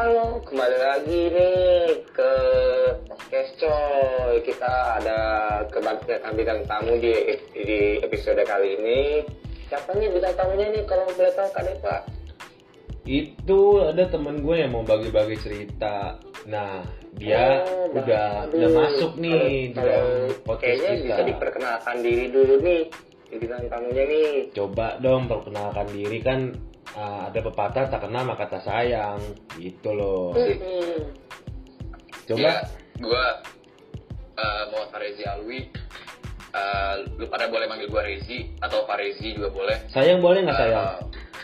Halo, kembali lagi nih ke podcast Coy. Kita ada kedatangan bintang tamu di episode kali ini. Siapa nih bintang tamunya nih kalau boleh tahu Kak Depa? Itu ada temen gue yang mau bagi-bagi cerita. Nah, dia udah masuk nih di dalam podcast kayaknya kita. Bisa diperkenalkan diri dulu nih bintang tamunya nih. Coba dong perkenalkan diri, kan ada pepatah tak kenal maka tak sayang gitu loh. Coba. Ya, gue Muhammad Farezi Alwi. Lu pada boleh manggil gue Rezi atau Farezi juga boleh. Sayang boleh nggak sayang?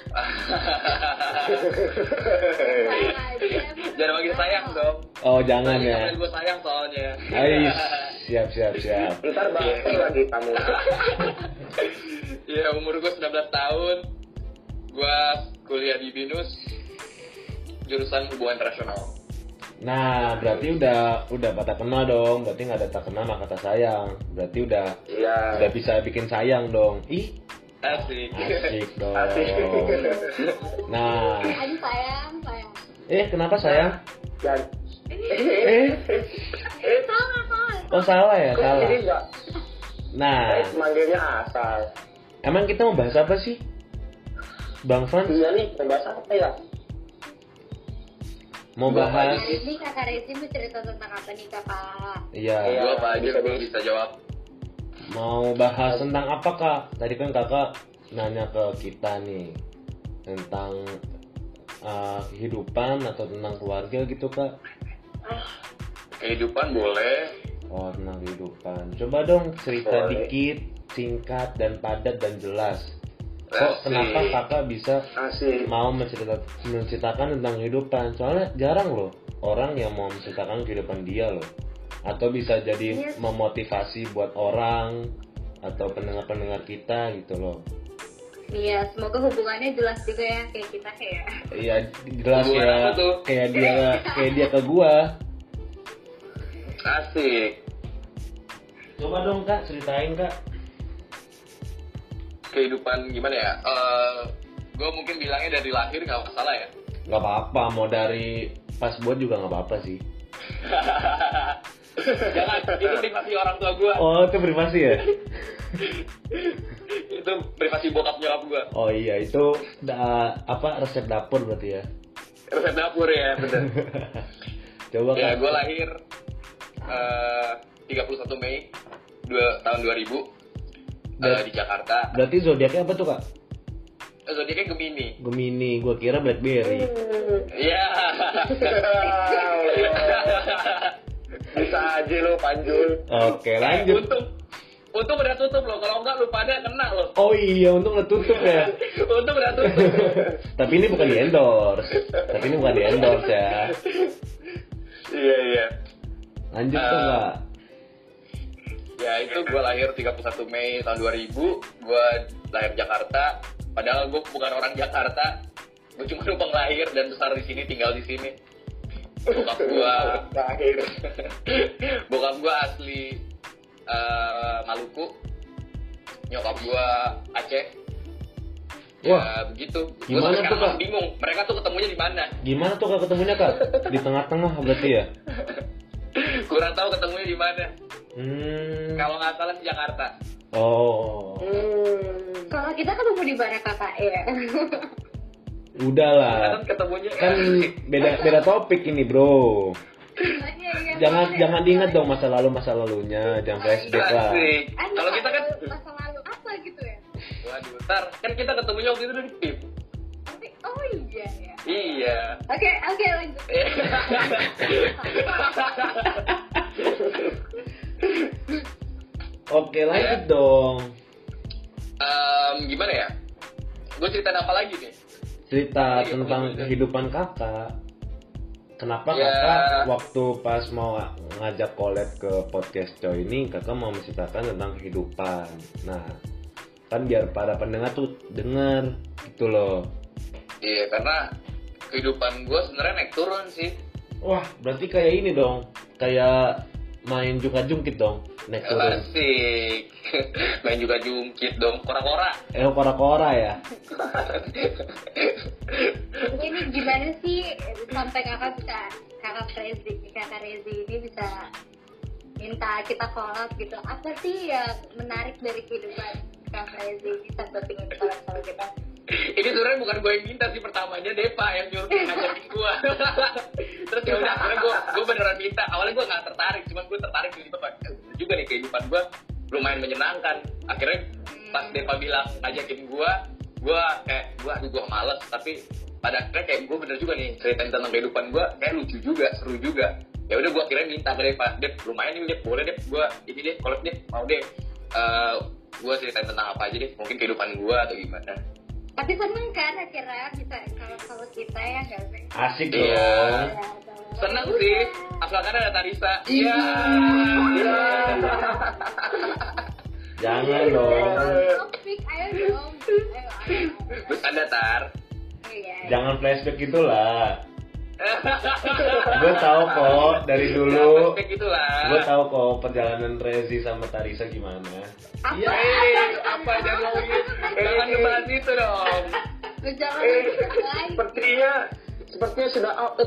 Jangan manggil sayang dong. Oh jangan Nanti ya. manggil gue sayang soalnya. Ais, siap. Ntar bang lagi tamu. Ya, umur gue 19 tahun. Gue kuliah di BINUS, jurusan hubungan internasional. Nah, berarti udah pada kenal dong. Berarti nggak ada tak kenal maka tak sayang. Berarti udah bisa bikin sayang dong. Ih, Asik dong. Asik. Nah, sayang. Kenapa sayang? Dan Salah. Oh salah ya, salah. ini enggak. Nah, Manggilnya asal. emang kita mau bahas apa sih, Bang Frans? Iya nih, bahasa apa ya? Mau bahas? Ini kakak Rezi mau cerita tentang apa nih kakak? Iya. Gue apa aja gue bisa jawab. Mau bahas tentang apa kak? Tadi kan kakak nanya ke kita nih tentang kehidupan atau tentang keluarga gitu kak. Kehidupan boleh. Oh tentang kehidupan. Coba dong cerita Boleh. dikit, singkat dan padat dan jelas. Kok Asik. kenapa kakak bisa Asik. mau menceritakan tentang kehidupan? Soalnya jarang loh orang yang mau menceritakan kehidupan dia loh. Atau bisa jadi memotivasi buat orang atau pendengar-pendengar kita gitu loh. Iya, semoga hubungannya jelas juga ya kayak kita ya. Iya jelas Hubungan ya, apa tuh? kayak dia ke gua. Asik. Coba dong kak ceritain kak. Kehidupan gimana ya? Gue mungkin bilangnya dari lahir nggak masalah ya. Nggak apa-apa, mau dari pas buat juga nggak apa-apa sih. Jangan, itu privasi orang tua gue. Oh itu privasi ya? Itu privasi bokap nyokap gue. Oh iya itu resep dapur berarti ya. Resep dapur ya, bener. Coba Ya, kak. gue lahir 31 Mei tahun 2000 di Jakarta. Berarti zodiaknya apa tuh kak? Zodiaknya Gemini. Gemini, gua kira Blackberry. Iya. Bisa aja lo Panjul. Oke lanjut. Untung udah tutup loh. Kalau enggak lu pada kena loh. Oh iya untung udah tutup ya. Untung udah tutup. Tapi ini bukan di endorse ya. Iya. Lanjut tuh kak. Ya itu gue lahir 31 Mei tahun 2000. Gue lahir Jakarta. Padahal gue bukan orang Jakarta. Gue cuma numpang lahir dan besar di sini, tinggal di sini. Bokap gue asli Maluku. Nyokap gue Aceh. Ya Wah, begitu. gimana Gue tuh, Kak? bingung. Mereka tuh ketemunya di mana? Gimana tuh kak ketemunya kak? Di tengah-tengah berarti ya? Kurang tahu ketemunya di mana. Kalau nggak salah di Jakarta. Oh. Kalau kita ketemu di mana kakak ya? Udahlah. Kan ketemunya Kan beda topik ini bro. Jangan diingat dong masa lalunya, jangan flashback lah. Asik. Kalau kita kan masa lalu apa gitu ya? waduh, ntar kan kita ketemunya waktu itu di PIP. Oh iya ya. Iya. Oke lanjut. Oke lanjut dong. Gimana ya? Gue ceritain apa lagi nih? Cerita tentang kehidupan kakak. Kenapa Ya. kakak waktu pas mau ngajak collab ke podcast Coy ini kakak mau menceritakan tentang kehidupan. Nah, kan biar para pendengar tuh denger gitu loh. Iya, karena kehidupan gue sebenarnya naik turun sih. Wah, berarti kayak ini dong. Kayak main jungkit dong, naik turun. Asik. Main juga jungkit dong, kora-kora. Kora-kora ya. Ini gimana sih sampai kakak Rezi ini bisa minta kita collab gitu? Apa sih yang menarik dari kehidupan Kak Rezi ini sampai pengen collab sama kita? Ini sebenarnya bukan gue yang minta sih, pertamanya Depa yang nyuruh ngajakin gue. Terus ya udah, akhirnya gue beneran minta. Awalnya gue nggak tertarik, cuman gue tertarik gitu Pak. Juga nih kehidupan gue lumayan menyenangkan. Akhirnya pas Depa bilang ngajakin gue kayak aduh gue males. Tapi pada akhirnya kayak gue bener juga nih ceritain tentang kehidupan gue, kayak lucu juga, seru juga. Ya udah gue akhirnya minta ke Depa, Dep lumayan nih Dep, boleh Dep gue ini deh collab deh, mau deh. Gue ceritain tentang apa aja deh, mungkin kehidupan gue atau gimana. Tapi seneng kan akhirnya bisa kalau kita ya nggak sih? Asik Iya. dong. Seneng sih, asalkan ada Tarisa. Iya. Jangan dong. Topik, ayo dong. Ayo. Terus ada Tar. Iya. Jangan flashback gitulah. Gue tahu kok dari dulu. Kayak gitulah. Gue tahu kok perjalanan Rezi sama Tarisa gimana. Iya, apa jangan ngomongin, jangan ngebahas itu dong. Berjalan lain. Sepertinya sudah out.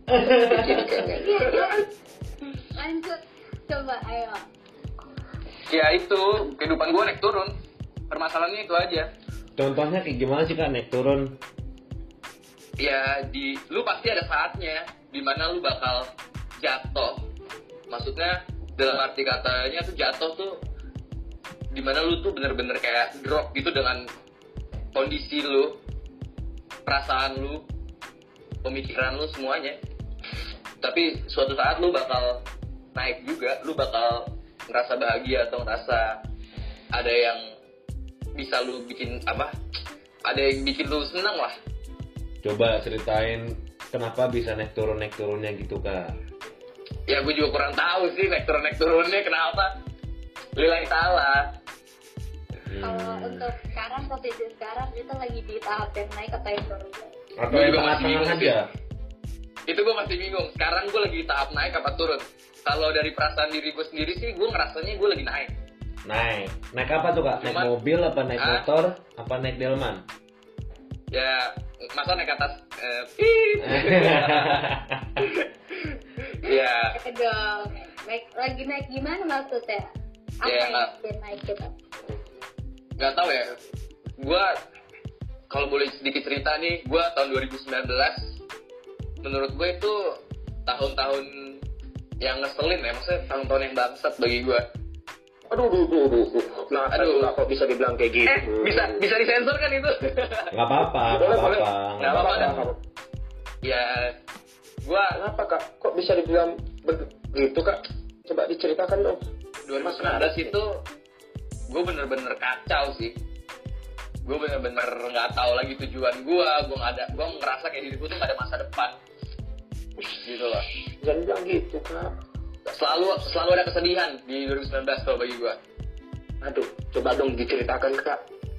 Lanjut, coba ayo. Ya itu, kehidupan gue naik turun. Permasalahannya itu aja. Contohnya kayak gimana sih Kak naik turun? Ya lu pasti ada saatnya dimana lu bakal jatuh. Maksudnya dalam arti katanya tuh jatuh tuh dimana lu tuh bener-bener kayak drop gitu dengan kondisi lu, perasaan lu, pemikiran lu semuanya. Tapi suatu saat lu bakal naik juga, lu bakal ngerasa bahagia atau ngerasa ada yang bisa lu bikin apa? Ada yang bikin lu senang lah. Coba ceritain kenapa bisa naik turunnya gitu Kak. Ya gue juga kurang tahu sih naik turunnya kenapa. Lillahi ta'ala. Kalau untuk sekarang, posisi sekarang itu lagi di tahap yang naik atau yang turun? Atau Gua yang juga masih tengah-tengah bingung aja? Itu gue masih bingung. Sekarang gue lagi di tahap naik apa turun. Kalau dari perasaan diri gue sendiri sih, gue ngerasanya gue lagi naik. Naik apa tuh Kak? Naik mobil apa naik motor apa naik delman? Ya, masa naik atas ya, Dong, lagi naik gimana maksudnya? Apa Ya, yang bikin naik kita? nggak tahu ya. Gue kalau boleh sedikit cerita nih, gue tahun 2019, menurut gue itu tahun-tahun yang ngeselin ya, maksudnya tahun-tahun yang bangsat bagi gue. Aduh. Nah, Aduh. kok bisa dibilang kayak gitu? Bisa disensor kan itu? Nggak apa-apa, Boleh. Nggak apa-apa dah. Ya, gue Kenapa Kak? Kok bisa dibilang begitu Kak? Coba diceritakan dong. 2019 itu gue bener-bener kacau sih. Gue bener-bener nggak tahu lagi tujuan gue ngerasa kayak diri gue tuh gak ada masa depan gitu loh. Jangan bilang gitu Kak. Selalu ada kesedihan di 2019 kalau bagi gue. Aduh, coba dong diceritakan Kak.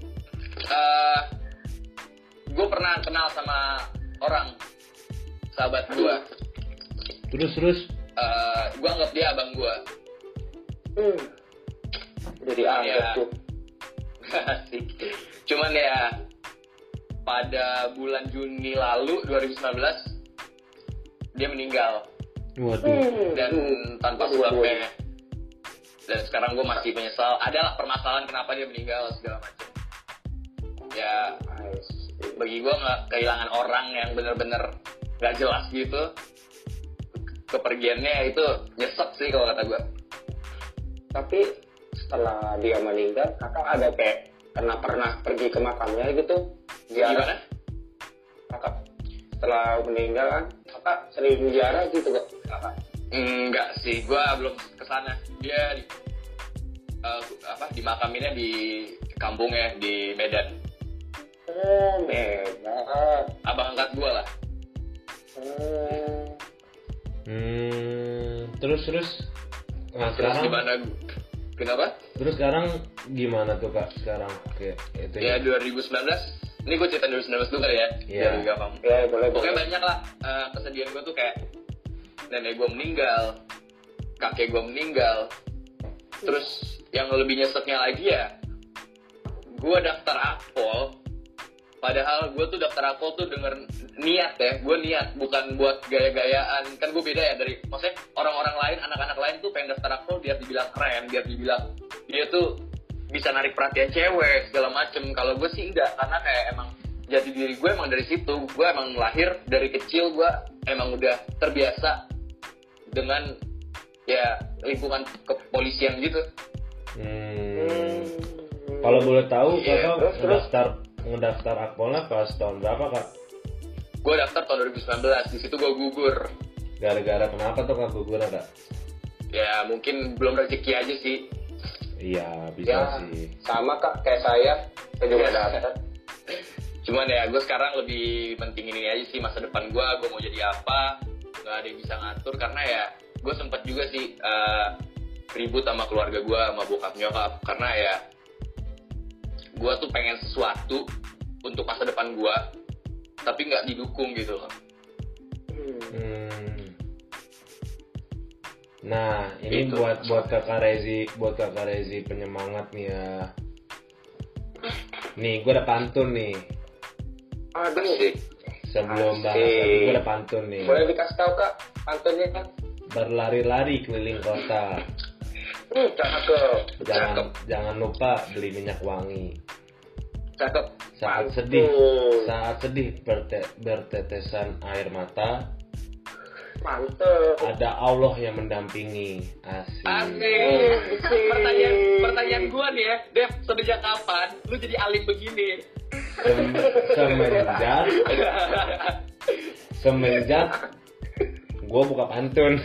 Gue pernah kenal sama orang, sahabat gue. Terus Gue anggap dia abang gue. Jadi anggap Ya. tuh. Asik. Cuman ya pada bulan Juni lalu 2019 dia meninggal waduh. dan tanpa sebabnya. Dan sekarang gue masih menyesal. Adalah permasalahan kenapa dia meninggal segala macam. Ya bagi gue nggak kehilangan orang yang benar-benar nggak jelas gitu. Kepergiannya itu nyesek sih kalau kata gue. Tapi setelah dia meninggal, Kakak ada kayak pernah pergi ke makamnya gitu? Gimana? Kakak setelah meninggal kan, Kakak sering ziarah gitu kok? Kakak? Enggak sih, gue belum kesana. Dia dimakaminnya di kampungnya di Medan. Oh, Medan. Abang angkat gue lah. Terus nah, Terus sekarang gimana? Kenapa? terus sekarang gimana tuh Kak sekarang kayak itu Ya 2019. Ini gue cerita 2019 dulu kali ya. Iya. Biar gampang. Ya boleh. Pokoknya banyak lah kesedihan gue tuh kayak nenek gue meninggal, kakek gue meninggal. Terus yang lebih nyeseknya lagi ya, gue daftar akpol. Padahal gue tuh daftar akpol tuh denger niat ya, gue niat bukan buat gaya-gayaan. Kan gue beda ya dari, maksudnya orang-orang lain, anak-anak lain tuh pengen daftar akpol biar dibilang keren, biar dibilang dia tuh bisa narik perhatian cewek segala macem. Kalau gue sih enggak, karena kayak emang jati diri gue emang dari situ. Gue emang lahir dari kecil, gue emang udah terbiasa dengan ya lingkungan kepolisian gitu. Kalau boleh tahu, Iya, kakak ngedaftar akpolnya pas tahun berapa, Kak? Gue daftar tahun 2019, di situ gue gugur. Gara-gara kenapa tuh Kak gugurnya, Kak? Ya mungkin belum rezeki aja sih. Iya, bisa Ya, sih. sama Kak, kayak saya juga daftar. Cuman ya gue sekarang lebih pentingin ini aja sih, masa depan gue mau jadi apa. Gak ada yang bisa ngatur, karena ya gue sempet juga sih ribut sama keluarga gue, sama bokap nyokap. Karena ya gue tuh pengen sesuatu untuk masa depan gue, tapi nggak didukung gitu loh. Nah, ini Itu. buat Kakak Rezi penyemangat nih ya. Nih, gue ada pantun nih. Aduh, Asik. Sebelum Asik. bahas tadi gue ada pantun nih. boleh dikasih tahu Kak pantunnya kan? Berlari-lari keliling kota. Cakep. Jangan lupa beli minyak wangi. Cakep. Saat sedih bertetesan air mata, Mantep. ada Allah yang mendampingi. Asik. Asik. Pertanyaan gue nih ya, Dev, sejak kapan lu jadi alim begini? Semenjak gue buka pantun.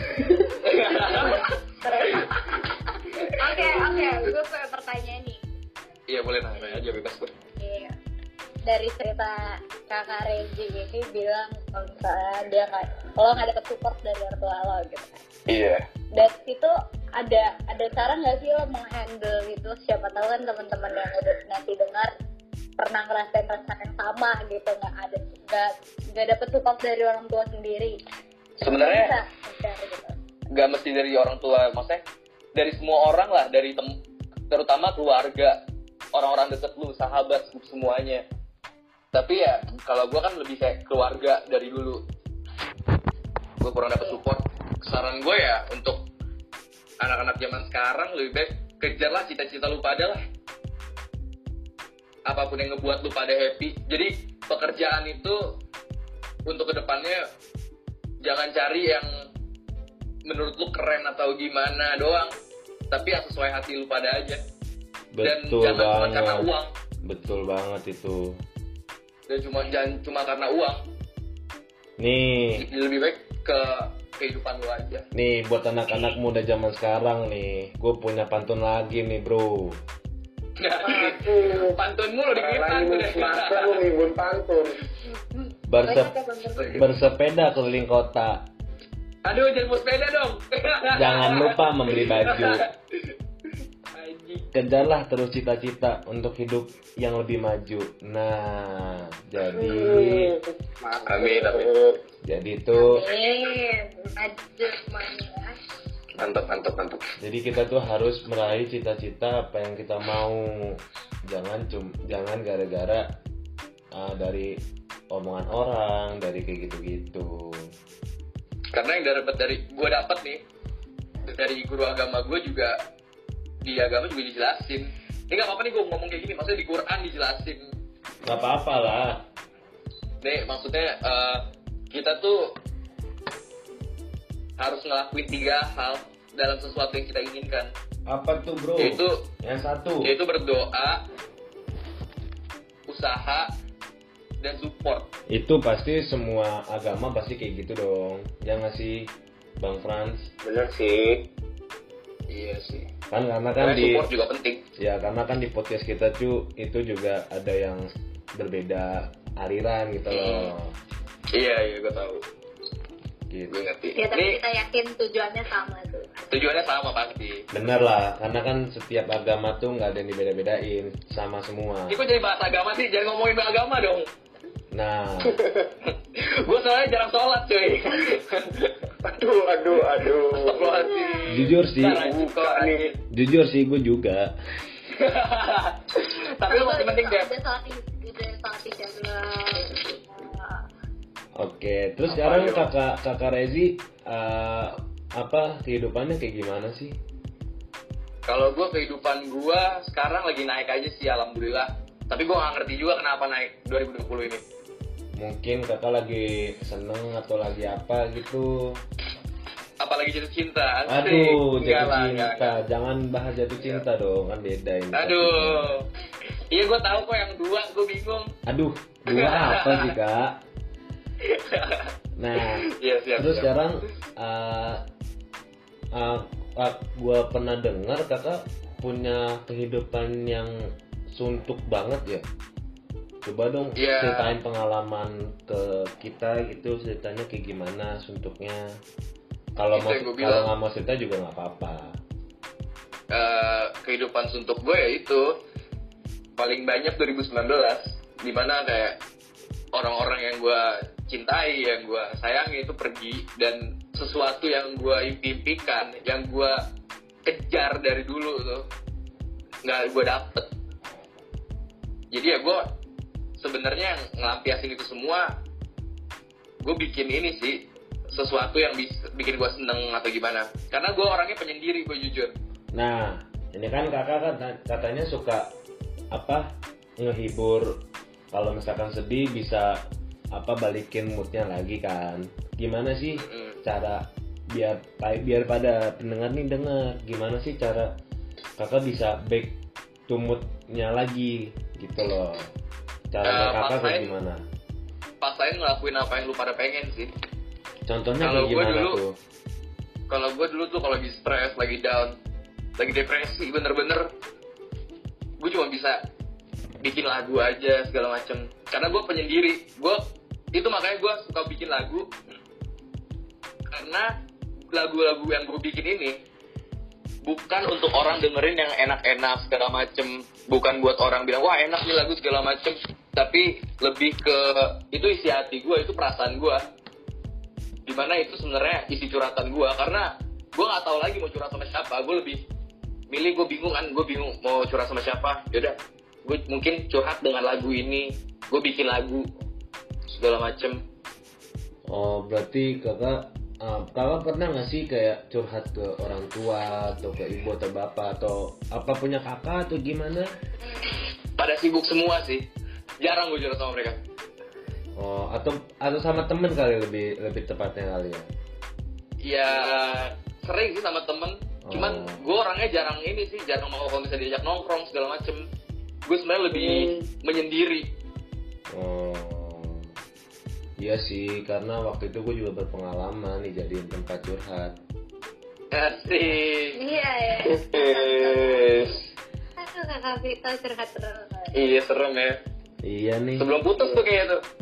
Oke, gue punya pertanyaan nih. Iya boleh nanya aja bebas tuh. Iya. Dari cerita kakak Rezi ini bilang kalau misalnya dia kalau nggak dapet support dari orang tua lo gitu kan. Iya. Dan itu ada cara nggak sih lo menghandle itu? Siapa tahu kan teman-teman yang udah nanti dengar pernah ngerasain rasakan sama gitu, nggak dapet support dari orang tua sendiri. Sebenarnya Bisa share gitu. nggak mesti dari orang tua, maksudnya dari semua orang lah, dari terutama keluarga, orang-orang deket lu, sahabat, semuanya. Tapi ya kalau gue kan lebih kayak keluarga dari dulu. Gue kurang dapet support. Saran gue ya untuk anak-anak zaman sekarang lebih baik kejarlah cita-cita lu pada lah. Apapun yang ngebuat lu pada happy. Jadi pekerjaan itu untuk kedepannya jangan cari yang menurut lu keren atau gimana doang, tapi yang sesuai hati lu pada aja. Dan Betul jangan cuma banget. karena uang. Betul banget itu. Dan jangan cuma karena uang. Nih, Lebih baik ke kehidupan lu aja. nih buat anak-anak muda zaman sekarang nih, gue punya pantun lagi nih bro. Pantun mulu di kita Lagi udah. masker lu ngibun pantun. Bersepeda keliling kota, Aduh, jangan mau sepeda dong. jangan lupa membeli baju. Anjing. Kejarlah terus cita-cita untuk hidup yang lebih maju. Nah, jadi Amin. tuh, Maju semuanya. Mantap. jadi kita tuh harus meraih cita-cita apa yang kita mau. Jangan gara-gara dari omongan orang, dari kayak gitu-gitu. Karena yang gue dapat nih dari guru agama gue juga, di agama juga dijelasin. Ini nggak apa-apa nih gue ngomong kayak gini, maksudnya di Quran dijelasin. Gak apa-apa lah. Nih maksudnya kita tuh harus ngelakuin 3 hal dalam sesuatu yang kita inginkan. Apa tuh bro? Yang satu. Yaitu berdoa, usaha, dan support. Itu pasti semua agama pasti kayak gitu dong. Ya nggak sih, Bang Frans? Bener sih. Iya sih. Kan karena Karena support juga penting. Ya karena kan di podcast kita tuh itu juga ada yang berbeda aliran gitu loh. Iya gue tahu. Gitu. Gue ngerti. Ya tapi Ini kita yakin tujuannya sama tuh. tujuannya sama pasti. Bener lah, karena kan setiap agama tuh nggak ada yang dibeda-bedain, sama semua. Ini kok jadi bahas agama sih? Jangan ngomongin agama dong. Nah, Gue soalnya jarang sholat cuy. Aduh. Astagfirullahaladzim. Jujur sih gue juga. Tapi lu masih penting deh. Oke, terus sekarang kakak Rezi kehidupannya kayak gimana sih? Kalau gue kehidupan gue sekarang lagi naik aja sih, alhamdulillah. Tapi gue nggak ngerti juga kenapa naik 2020 ini. Mungkin kakak lagi seneng atau lagi apa gitu. Apalagi jatuh cinta. Aduh, jatuh cinta. Enggak. Jangan bahas jatuh cinta dong, kan beda ini. Aduh. Iya gue tahu kok yang 2, gue bingung. Aduh, 2 apa sih kak? Nah, Iya, terus siap. sekarang gue pernah dengar kakak punya kehidupan yang suntuk banget ya. Coba dong ceritain pengalaman ke kita gitu, ceritanya kayak gimana suntuknya. Kalau nggak mau cerita juga nggak apa-apa. Kehidupan suntuk gue ya itu paling banyak 2019, dimana kayak orang-orang yang gue cintai, yang gue sayangi itu pergi, dan sesuatu yang gue impikan, yang gue kejar dari dulu tuh nggak gue dapet. Jadi ya gue sebenarnya ngelampiasin itu semua, gue bikin ini sih, sesuatu yang bikin gue seneng atau gimana. Karena gue orangnya penyendiri, gue jujur. Nah, ini kan kakak kan katanya suka ngehibur. Kalau misalkan sedih bisa balikin moodnya lagi kan. Gimana sih cara biar pada pendengar nih denger, gimana sih cara kakak bisa back to moodnya lagi gitu loh. Caranya kakak kayak gimana? Paksain ngelakuin apa yang lu pada pengen sih. Contohnya kayak gimana tuh? Kalau gue dulu tuh kalau lagi stres, lagi down, lagi depresi, bener-bener gue cuma bisa bikin lagu aja segala macem. Karena gue penyendiri, makanya gue suka bikin lagu. Karena lagu-lagu yang gue bikin ini bukan untuk orang dengerin yang enak-enak segala macem, bukan buat orang bilang wah enak nih lagu segala macem, tapi lebih ke itu isi hati gue, itu perasaan gue, dimana itu sebenarnya isi curhatan gue. Karena gue nggak tahu lagi mau curhat sama siapa, gue lebih milih, gue bingung mau curhat sama siapa, yaudah gue mungkin curhat dengan lagu ini, gue bikin lagu segala macem. Oh, berarti kakak pernah nggak sih kayak curhat ke orang tua atau ke ibu atau bapak atau punya kakak atau gimana? Pada sibuk semua sih, jarang gue curhat sama mereka. Oh, atau sama temen kali lebih tepatnya kali ya? Ya sering sih sama temen, cuman gue orangnya jarang mau kalau misalnya diajak nongkrong segala macem. Gue sebenarnya lebih menyendiri. Oh, iya sih, karena waktu itu gue juga berpengalaman nih jadiin tempat curhat. Asik. Iya ya. Yes. Aduh kakak Vito curhat terus. Iya serem ya. Iya nih. Sebelum putus tuh kayaknya tuh.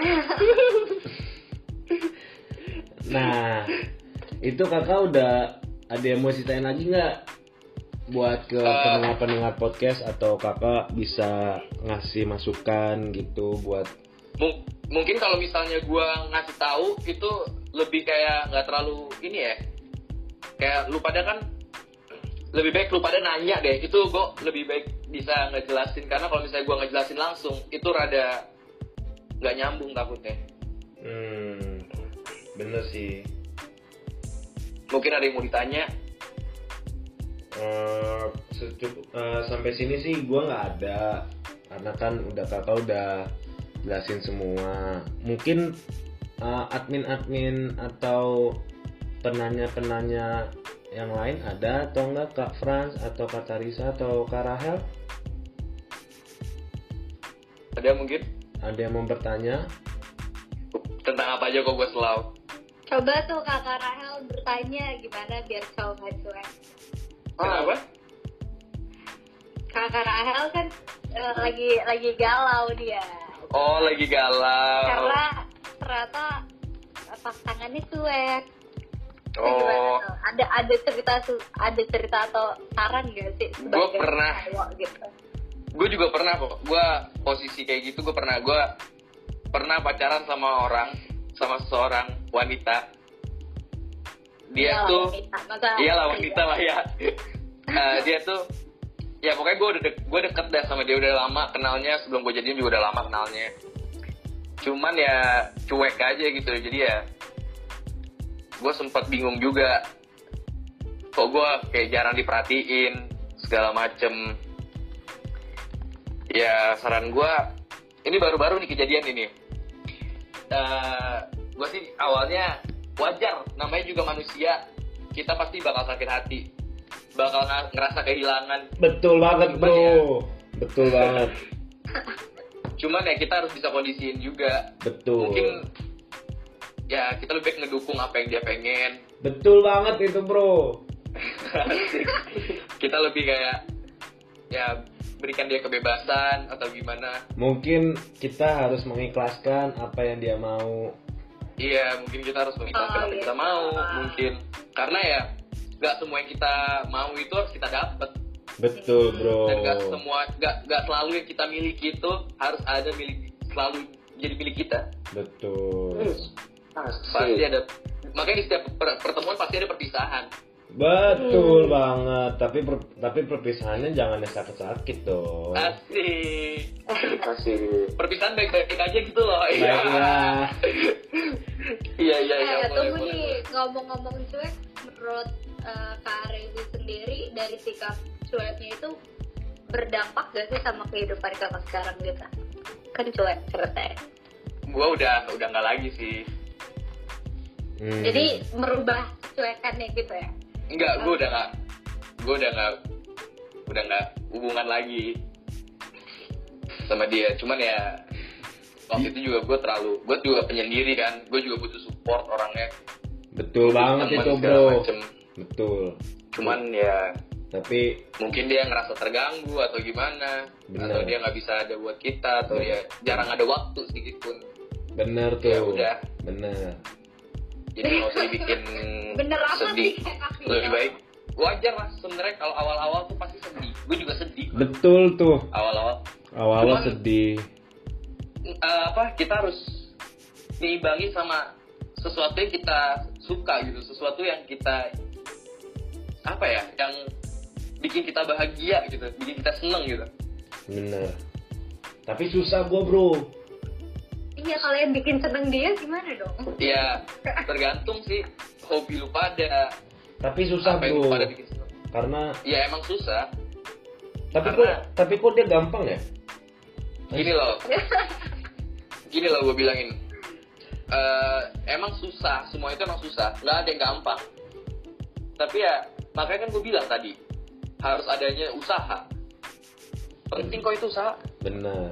Nah, itu kakak udah ada yang mau ceritain lagi nggak buat ke pendengar podcast, atau kakak bisa ngasih masukan gitu buat mungkin kalau misalnya gue ngasih tahu itu lebih kayak nggak terlalu ini ya, kayak lu pada kan lebih baik lu pada nanya deh, itu gue lebih baik bisa ngejelasin. Karena kalau misalnya gue ngejelasin langsung itu rada nggak nyambung takutnya. Bener sih. Mungkin ada yang mau ditanya. Sampai sini sih gue nggak ada, karena kan kakak udah jelasin semua. Mungkin admin atau penanya yang lain ada atau enggak, Kak Frans atau Kak Tarisa atau Kak Rahel? Ada mungkin? Ada yang mau bertanya? Tentang apa aja kok gue selalu. Coba tuh kakak Rahel bertanya gimana biar cowok gak cuek. Kenapa? Kakak Rahel kan lagi galau dia. Oh, lagi galau. Karena ternyata pasangannya cuek. Oh. Ada cerita atau saran gak sih? Gue pernah. Gitu. Gue juga pernah kok. Gue posisi kayak gitu. Gue pernah pacaran sama seseorang wanita. dia Iyalah, tuh wanita. Masa iyalah wanita lah ya. Dia tuh ya pokoknya gue deket dah sama dia udah lama kenalnya, sebelum gue jadian juga udah lama kenalnya. Cuman ya cuek aja gitu, jadi ya gue sempat bingung juga, kok gue kayak jarang diperhatiin segala macem. Ya saran gue, ini baru-baru nih kejadian ini. Gue sih awalnya wajar, namanya juga manusia, kita pasti bakal sakit hati, bakal ngerasa kehilangan. Betul banget Cuman bro, ya, betul banget, cuman ya kita harus bisa kondisiin juga. betul, Mungkin ya kita lebih baik ngedukung apa yang dia pengen. betul banget itu bro. Kita lebih kayak ya berikan dia kebebasan atau gimana. Mungkin kita harus mengikhlaskan apa yang dia mau. Iya, mungkin kita harus mengikhlaskan apa yang kita mau, mungkin karena ya nggak semua yang kita mau itu harus kita dapat, Betul bro. dan nggak selalu yang kita miliki itu harus ada selalu jadi milik kita. Betul. Pasti ada, makanya di setiap pertemuan pasti ada perpisahan. Betul banget. Tapi perpisahannya jangan yang sakit-sakit dong. Asik. Kasih. Perpisahan baik-baik aja gitu loh. Baiklah. Iya. tunggu boleh. nih, ngomong-ngomong cuek, menurut Kak Rezi sendiri dari sikap cueknya itu berdampak gak sih sama kehidupan kakak sekarang gitu? Kan cuek ceritanya. Gua udah nggak lagi sih. Jadi merubah cuekannya gitu ya? Enggak, gue udah nggak hubungan lagi sama dia. Cuman ya waktu itu juga gue juga penyendiri kan, gue juga butuh support orangnya. Betul banget Teman itu segala bro. macem. Betul. Cuman ya Tapi mungkin dia ngerasa terganggu atau gimana, Bener. atau dia nggak bisa ada buat kita, atau ya jarang ada waktu sedikit pun. bener tuh. Ya udah. Bener. Jadi nggak usah dibikin Bener apa sedih. sih? Lebih baik wajar lah sebenarnya, kalau awal-awal tuh pasti sedih. Gue juga sedih Betul tuh. awal-awal. Awalnya Cuman- sedih. Kita harus diimbangi sama sesuatu yang kita suka gitu, sesuatu yang kita yang bikin kita bahagia gitu, bikin kita seneng gitu. Bener. Tapi susah gua bro. Iya, kalau yang bikin seneng dia gimana dong? Ya tergantung sih hobi lu pada, Tapi susah apa yang lu bro. pada bikin seneng. Karena Ya emang susah. tapi kok dia gampang ya? Gini loh gue bilangin, emang susah, semua itu emang susah, nggak ada yang gampang. Tapi ya makanya kan gue bilang tadi harus adanya usaha. Penting kok itu usaha, Bener.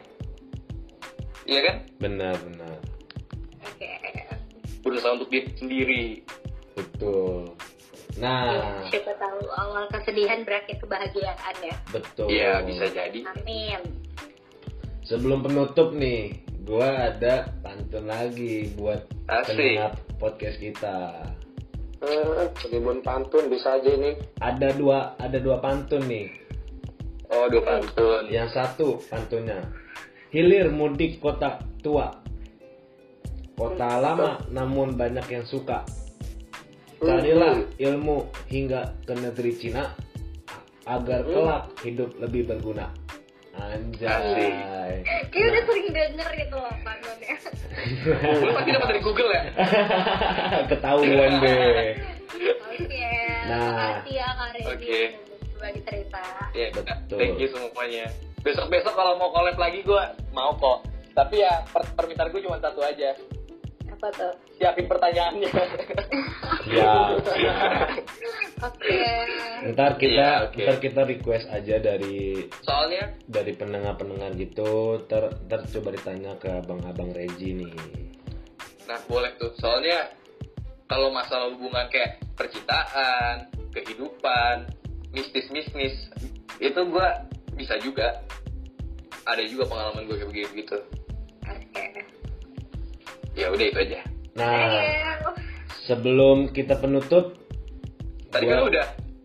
iya kan? Bener. Oke. Berusaha untuk diri sendiri. Betul. Nah, Siapa tahu awal kesedihan berakhir kebahagiaan ya. betul. Iya bisa jadi. Amin. Sebelum penutup nih, gua ada pantun lagi buat Asik. pendengar podcast kita. Tribun pantun bisa aja nih. Ada dua pantun nih. Oh, dua pantun. Yang satu pantunnya, hilir mudik kota tua, kota lama namun banyak yang suka. Carilah ilmu hingga ke negeri Cina agar kelak hidup lebih berguna. Anjay. Kayak udah sering denger gitu loh pantunnya. Lu pasti dapat dari Google ya? Ketahuan deh. Oke. Nah. Makasih ya Kak Rezi Oke. udah berbagi cerita. Iya, Betul. thank you semuanya. Besok kalau mau collab lagi gue mau kok. Tapi ya permintaan gue cuma satu aja. Apa tuh? Siapin pertanyaannya. Ya. Oke. Ntar Iya, oke. kita request aja dari Soalnya pendengar gitu. Ntar coba ditanya ke abang Rezi nih. nah boleh tuh. Soalnya kalau masalah hubungan kayak percintaan, kehidupan, mistis itu gue bisa juga. Ada juga pengalaman gue kayak begitu. Oke. Ya udah itu aja. Nah, Ayo. sebelum kita penutup, Tadi kan udah.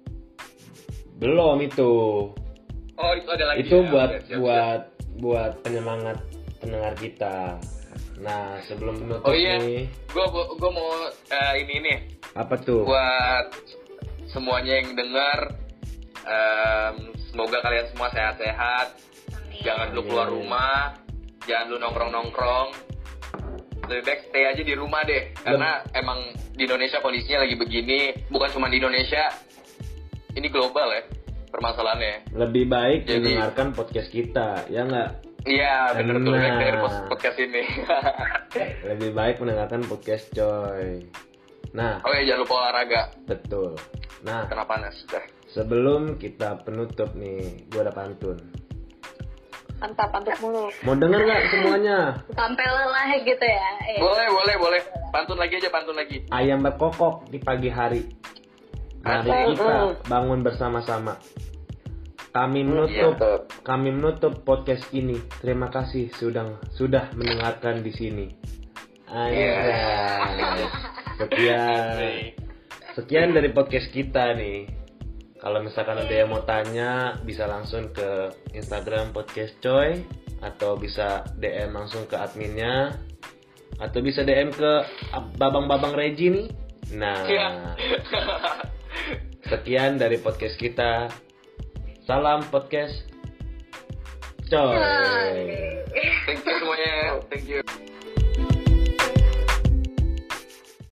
belum itu. Oh itu ada lagi. Itu ya? buat Oke, siap. buat penyemangat pendengar kita. Nah, sebelum penutup Oh iya, nih, gue mau ini nih. Apa tuh? Buat semuanya yang dengar, semoga kalian semua sehat-sehat. Jangan lu keluar rumah, jangan lu nongkrong-nongkrong. Lebih baik stay aja di rumah deh, karena emang di Indonesia kondisinya lagi begini. Bukan cuma di Indonesia, ini global ya permasalahannya. Lebih baik Jadi- mendengarkan podcast kita, ya nggak? Iya, bener tuh, Nah. dari podcast ini. Lebih baik mendengarkan podcast coy. Nah, Oh ya, jangan lupa olahraga, betul. Nah, kena panas. Dah. sebelum kita penutup nih, gue ada pantun. Mantap, mantap mulu. Mau denger nggak semuanya? Sampai lelah gitu ya. Boleh. Pantun lagi aja, pantun lagi. Ayam berkokok di pagi hari. Mari kita bangun bersama-sama. Kami menutup podcast ini. Terima kasih sudah mendengarkan di sini. Sekian dari podcast kita nih. Kalau misalkan ada yang mau tanya, bisa langsung ke Instagram podcast coy, atau bisa DM langsung ke adminnya, atau bisa DM ke babang-babang Regi nih. Nah, Iya. sekian dari podcast kita. Salam podcast coy. Thank you semuanya. Thank you.